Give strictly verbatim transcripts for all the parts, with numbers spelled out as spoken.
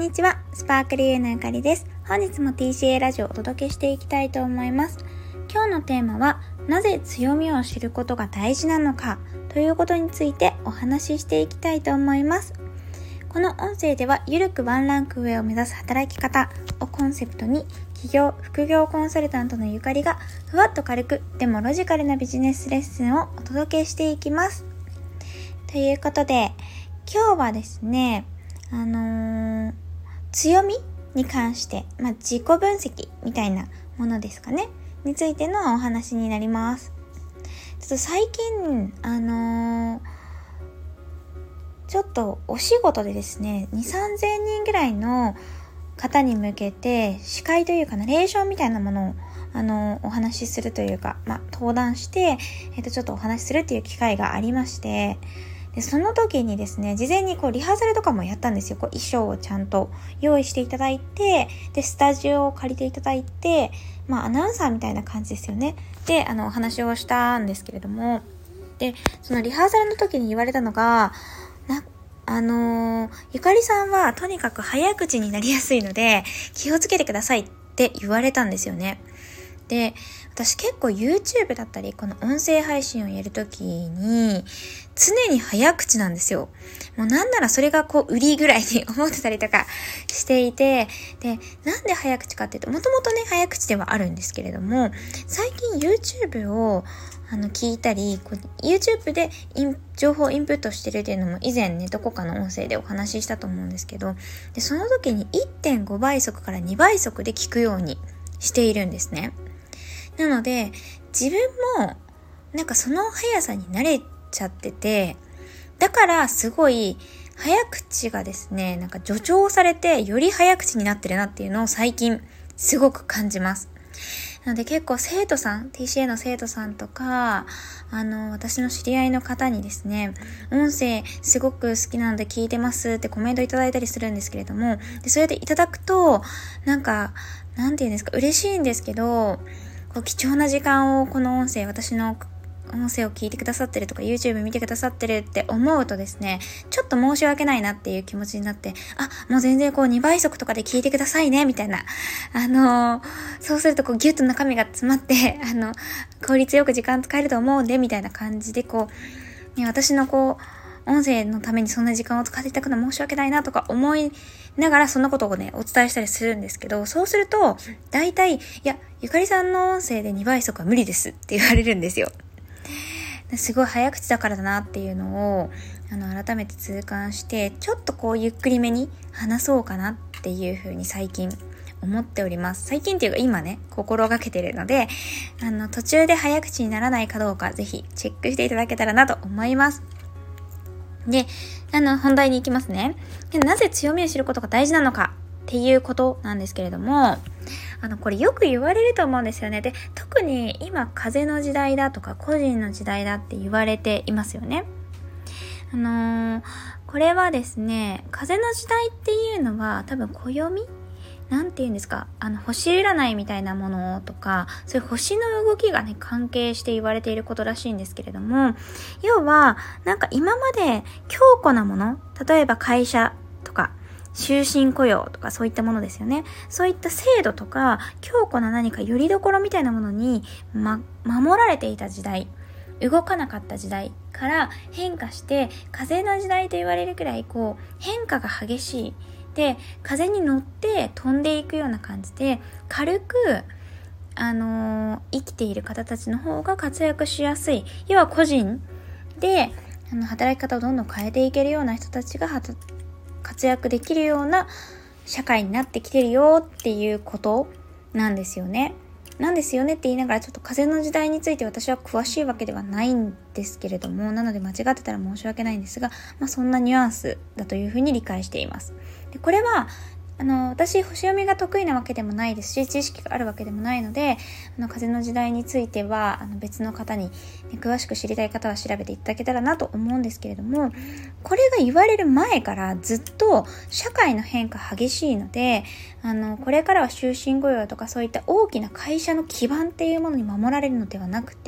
にちは、スパークリーのゆかりです。本日も ティーシーエー ラジオをお届けしていきたいと思います。今日のテーマは、なぜ強みを知ることが大事なのかということについてお話ししていきたいと思います。この音声では、ゆるくワンランク上を目指す働き方をコンセプトに、企業・副業コンサルタントのゆかりが、ふわっと軽く、でもロジカルなビジネスレッスンをお届けしていきます。ということで、今日はですね、あのー、強みに関して、まあ、自己分析みたいなものですかね、についてのお話になります。ちょっと最近、あのー、ちょっとお仕事でですね、にせんさんぜんにんぐらいの方に向けて、司会というかナレーションみたいなものを、あのー、お話しするというか、まあ、登壇して、えっと、ちょっとお話しするっていう機会がありまして、でその時にですね、事前にこうリハーサルとかもやったんですよ。こう衣装をちゃんと用意していただいて、でスタジオを借りていただいて、まあアナウンサーみたいな感じですよね。で、あのお話をしたんですけれども、でそのリハーサルの時に言われたのが、なあのー、ゆかりさんはとにかく早口になりやすいので気をつけてくださいって言われたんですよね。で、私結構 YouTube だったりこの音声配信をやるときに常に早口なんですよ。もうなんならそれがこう売りぐらいに思ってたりとかしていて、で、なんで早口かっていうと、もともとね早口ではあるんですけれども、最近 YouTube をあの聞いたり、こう YouTube でイン情報をインプットしてるっていうのも以前ね、どこかの音声でお話ししたと思うんですけど、でその時に いってんごばい速からにばい速で聞くようにしているんですね。なので自分もなんかその速さに慣れちゃってて、だからすごい早口がですね、なんか助長されてより早口になってるなっていうのを最近すごく感じます。なので結構生徒さん、ティーシーエー の生徒さんとか、あの、私の知り合いの方にですね、音声すごく好きなので聞いてますってコメントいただいたりするんですけれども、でそれでいただくと、なんか、なんていうんですか、嬉しいんですけど、こう貴重な時間をこの音声、私の音声を聞いてくださってるとか YouTube 見てくださってるって思うとですね、ちょっと申し訳ないなっていう気持ちになって、あ、もう全然こうにばい速とかで聞いてくださいねみたいな、あのー、そうするとこうギュッと中身が詰まってあの効率よく時間使えると思うんでみたいな感じで、こう、ね、私のこう音声のためにそんな時間を使っていただくのは申し訳ないなとか思いながらそんなことをねお伝えしたりするんですけど、そうすると大体、いや、ゆかりさんの音声でにばい速は無理ですって言われるんですよ。すごい早口だからだなっていうのをあの改めて痛感して、ちょっとこうゆっくりめに話そうかなっていう風に最近思っております。最近っていうか今ね心がけてるので、あの途中で早口にならないかどうかぜひチェックしていただけたらなと思います。で、あの本題に行きますね。なぜ強みを知ることが大事なのかっていうことなんですけれども、あのこれよく言われると思うんですよね。で、特に今風の時代だとか個人の時代だって言われていますよね。あのー、これはですね、風の時代っていうのは多分暦なんていうんですか、あの星占いみたいなものとか、そういう星の動きがね関係して言われていることらしいんですけれども、要はなんか今まで強固なもの、例えば会社とか終身雇用とかそういったものですよね。そういった制度とか強固な何か拠り所みたいなものに、ま、守られていた時代、動かなかった時代から変化して風の時代と言われるくらいこう変化が激しい。で、風に乗って飛んでいくような感じで軽くあのー、生きている方たちの方が活躍しやすい。要は個人であの働き方をどんどん変えていけるような人たちが活躍できるような社会になってきてるよっていうことなんですよね。なんですよねって言いながら、ちょっと風の時代について私は詳しいわけではないんですけれども、なので間違ってたら申し訳ないんですが、まあ、そんなニュアンスだというふうに理解しています。で、これはあの私星読みが得意なわけでもないですし、知識があるわけでもないので、あの風の時代についてはあの別の方に、ね、詳しく知りたい方は調べていただけたらなと思うんですけれども、これが言われる前からずっと社会の変化激しいので、あのこれからは終身雇用とかそういった大きな会社の基盤っていうものに守られるのではなくて、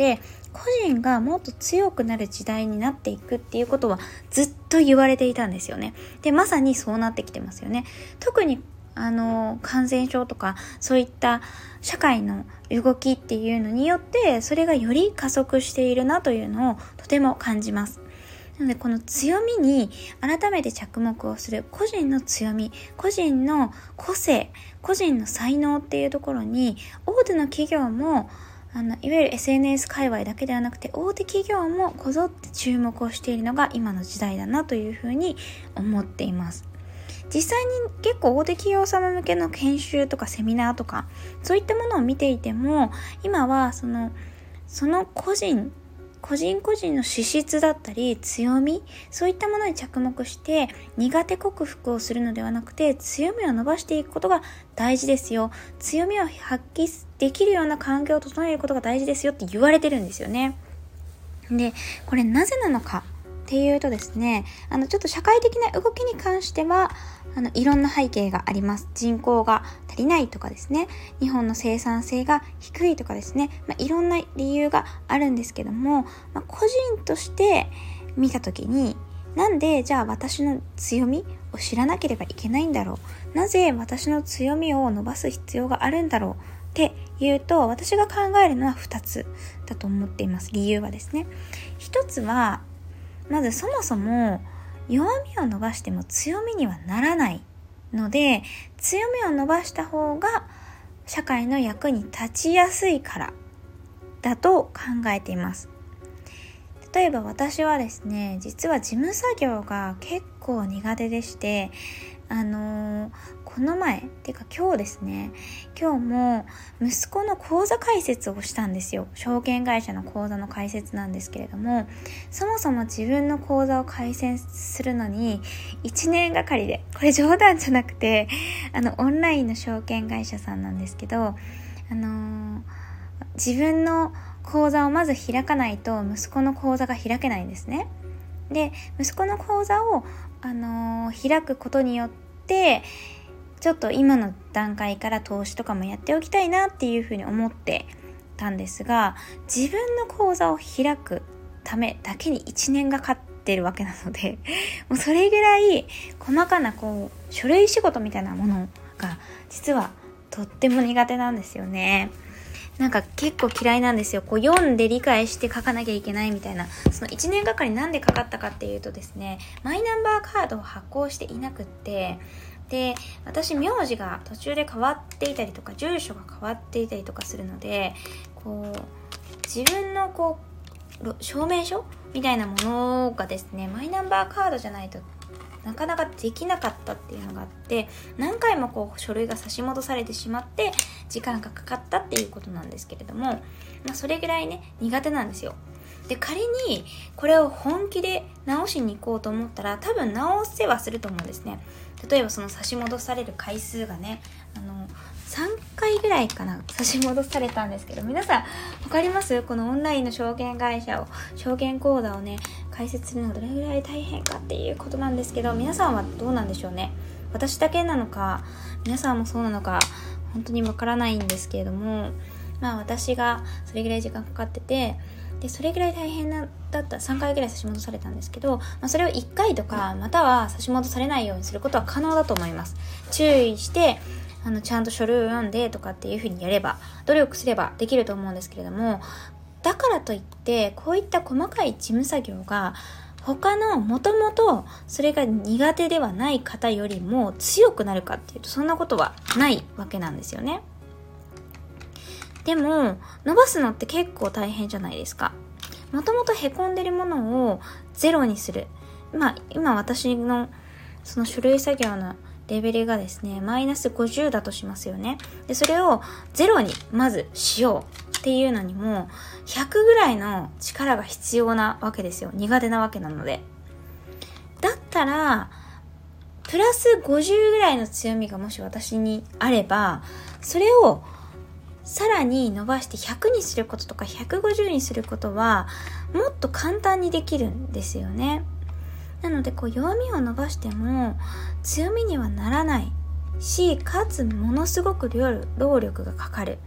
個人がもっと強くなる時代になっていくっていうことはずっと言われていたんですよね。で、まさにそうなってきてますよね。特にあの感染症とかそういった社会の動きっていうのによってそれがより加速しているなというのをとても感じます。なのでこの強みに改めて着目をする、個人の強み、個人の個性、個人の才能っていうところに大手の企業もあのいわゆる エスエヌエス 界隈だけではなくて大手企業もこぞって注目をしているのが今の時代だなというふうに思っています。実際に結構大手企業様向けの研修とかセミナーとかそういったものを見ていても、今はそのその個人個人個人の資質だったり強み、そういったものに着目して苦手克服をするのではなくて、強みを伸ばしていくことが大事ですよ、強みを発揮できるような環境を整えることが大事ですよって言われてるんですよね。で、これなぜなのかっていうとですね、あのちょっと社会的な動きに関してはあのいろんな背景があります。人口が足りないとかですね、日本の生産性が低いとかですね、まあ、いろんな理由があるんですけども、まあ、個人として見たときに、なんでじゃあ私の強みを知らなければいけないんだろう、なぜ私の強みを伸ばす必要があるんだろうっていうと、私が考えるのはふたつだと思っています。理由はですね、ひとつはまずそもそも弱みを伸ばしても強みにはならないので、強みを伸ばした方が社会の役に立ちやすいからだと考えています。例えば私はですね、実は事務作業が結構苦手でして、あのー、この前っていうか今日ですね、今日も息子の口座開設をしたんですよ。証券会社の口座の開設なんですけれども、そもそも自分の口座を開設するのにいちねんがかりで、これ冗談じゃなくて、あのオンラインの証券会社さんなんですけど、あのー、自分の口座をまず開かないと息子の口座が開けないんですね。で、息子の口座を、あのー、開くことによってちょっと今の段階から投資とかもやっておきたいなっていうふうに思ってたんですが、自分の口座を開くためだけにいちねんがかかってるわけなので、もうそれぐらい細かなこう書類仕事みたいなものが実はとっても苦手なんですよね。なんか結構嫌いなんですよ。こう読んで理解して書かなきゃいけないみたいな。そのいちねんがかりなんでかかったかっていうとですね、マイナンバーカードを発行していなくって、で、私名字が途中で変わっていたりとか住所が変わっていたりとかするので、こう自分のこう証明書みたいなものがですね、マイナンバーカードじゃないとなかなかできなかったっていうのがあって、何回もこう書類が差し戻されてしまって時間がかかったっていうことなんですけれども、まあ、それぐらいね苦手なんですよ。で、仮にこれを本気で直しに行こうと思ったら多分直せはすると思うんですね。例えばその差し戻される回数がね、あのさんかいぐらいかな差し戻されたんですけど、皆さんわかります？このオンラインの証券会社を証券口座をね開設するのがどれぐらい大変かっていうことなんですけど、皆さんはどうなんでしょうね。私だけなのか皆さんもそうなのか本当にわからないんですけれども、まあ私がそれぐらい時間かかってて、でそれぐらい大変なだったらさんかいぐらい差し戻されたんですけど、まあ、それをいっかいとかまたは差し戻されないようにすることは可能だと思います。注意してあのちゃんと書類を読んでとかっていう風にやれば、努力すればできると思うんですけれども、だからといってこういった細かい事務作業が他のもともとそれが苦手ではない方よりも強くなるかっていうと、そんなことはないわけなんですよね。でも伸ばすのって結構大変じゃないですか。もともとへこんでるものをゼロにする。まあ今私のその書類作業のレベルがですねマイナスごじゅうだとしますよね。でそれをゼロにまずしようっていうのにもひゃくぐらいの力が必要なわけですよ。苦手なわけなので。だったらプラスごじゅうぐらいの強みがもし私にあれば、それをさらに伸ばしてひゃくにすることとかひゃくごじゅうにすることはもっと簡単にできるんですよね。なのでこう弱みを伸ばしても強みにはならないし、かつものすごく労力がかかる。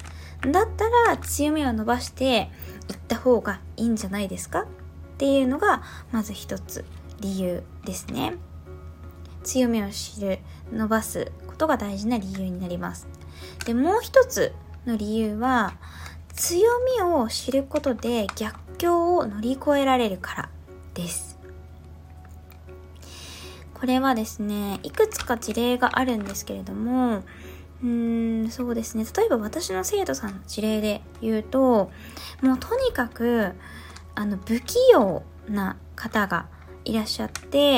だったら強みを伸ばしていった方がいいんじゃないですかっていうのがまず一つ理由ですね。強みを知る、伸ばすことが大事な理由になります。で、もう一つの理由は、強みを知ることで逆境を乗り越えられるからです。これはですね、いくつか事例があるんですけれども、うーん、そうですね、例えば私の生徒さんの事例で言うと、もうとにかくあの不器用な方がいらっしゃって、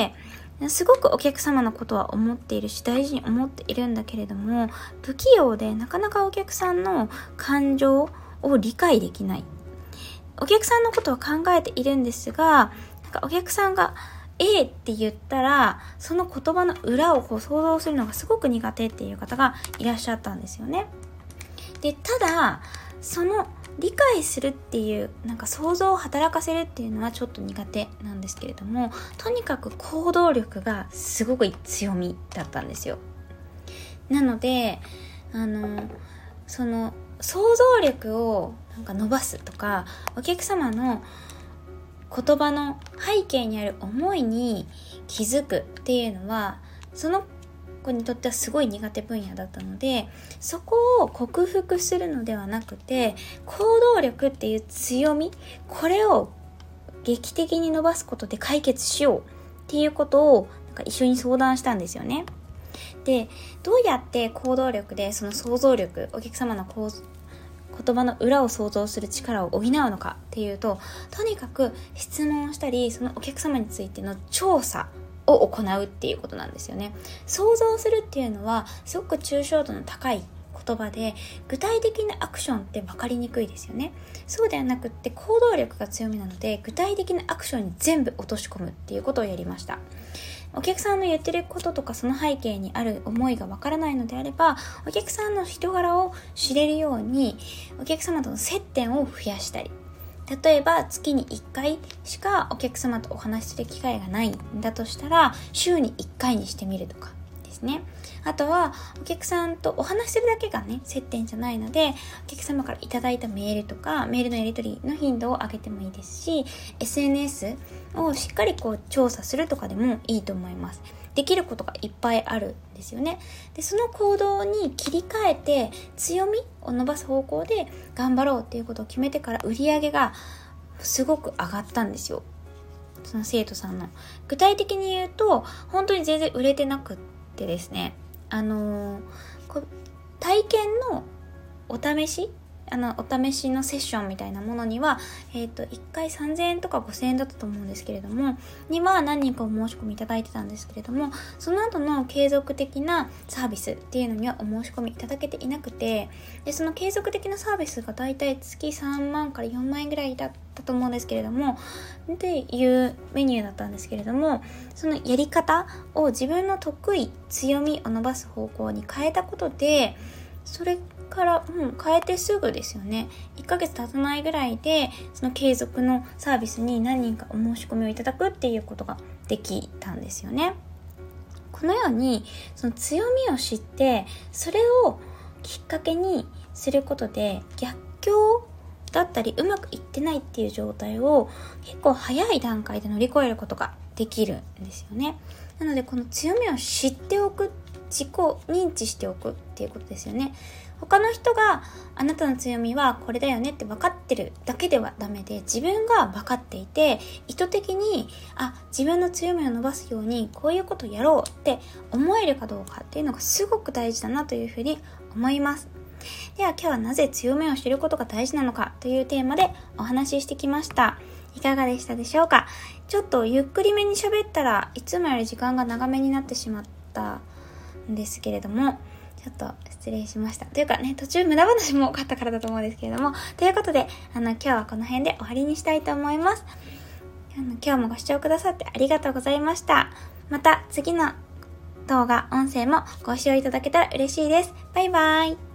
すごくお客様のことは思っているし大事に思っているんだけれども、不器用でなかなかお客さんの感情を理解できない。お客さんのことを考えているんですが、なんかお客さんが A って言ったらその言葉の裏をこう想像するのがすごく苦手っていう方がいらっしゃったんですよね。で、ただその理解するっていうなんか想像を働かせるっていうのはちょっと苦手なんですけれども、とにかく行動力がすごく強みだったんですよ。なのであのその想像力をなんか伸ばすとか、お客様の言葉の背景にある思いに気づくっていうのはその子にとってはすごい苦手分野だったので、そこを克服するのではなくて、行動力っていう強み、これを劇的に伸ばすことで解決しようっていうことをなんか一緒に相談したんですよね。で、どうやって行動力でその想像力、お客様のこう言葉の裏を想像する力を補うのかっていうと、とにかく質問をしたり、そのお客様についての調査を行うっていうことなんですよね。想像するっていうのはすごく抽象度の高い言葉で、具体的なアクションって分かりにくいですよね。そうではなくって行動力が強みなので、具体的なアクションに全部落とし込むっていうことをやりました。お客さんの言ってることとかその背景にある思いがわからないのであれば、お客さんの人柄を知れるようにお客様との接点を増やしたり、例えば月にいっかいしかお客様とお話しする機会がないんだとしたら、週にいっかいにしてみるとかですね。あとはお客さんとお話しするだけがね接点じゃないので、お客様からいただいたメールとかメールのやり取りの頻度を上げてもいいですし、 エスエヌエス をしっかりこう調査するとかでもいいと思います。できることがいっぱいあるんですよね。で、その行動に切り替えて強みを伸ばす方向で頑張ろうっていうことを決めてから、売り上げがすごく上がったんですよ、その生徒さんの。具体的に言うと、本当に全然売れてなくってですね、あのー、こ体験のお試しあのお試しのセッションみたいなものには、えーと、いっかいさんぜんえんとかごせんえんだったと思うんですけれども、には何人かお申し込みいただいてたんですけれども、その後の継続的なサービスっていうのにはお申し込みいただけていなくて、でその継続的なサービスがだいたい月さんまんからよんまんえんぐらいだったと思うんですけれども、っていうメニューだったんですけれども、そのやり方を自分の得意、強みを伸ばす方向に変えたことで、それから、うん、変えてすぐですよね、いっかげつ経たないぐらいでその継続のサービスに何人かお申し込みをいただくっていうことができたんですよね。このようにその強みを知って、それをきっかけにすることで逆境だったりうまくいってないっていう状態を結構早い段階で乗り越えることができるんですよね。なのでこの強みを知っておく、自己認知しておくっていうことですよね。他の人があなたの強みはこれだよねって分かってるだけではダメで、自分が分かっていて意図的にあ自分の強みを伸ばすようにこういうことをやろうって思えるかどうかっていうのがすごく大事だなというふうに思います。では今日はなぜ強みを知ることが大事なのかというテーマでお話ししてきました。いかがでしたでしょうか。ちょっとゆっくりめに喋ったらいつもより時間が長めになってしまったんですけれども、ちょっと失礼しました。というかね、途中無駄話も多かったからだと思うんですけれども、ということであの今日はこの辺で終わりにしたいと思います。あの今日もご視聴くださってありがとうございました。また次の動画、音声もご視聴いただけたら嬉しいです。バイバイ。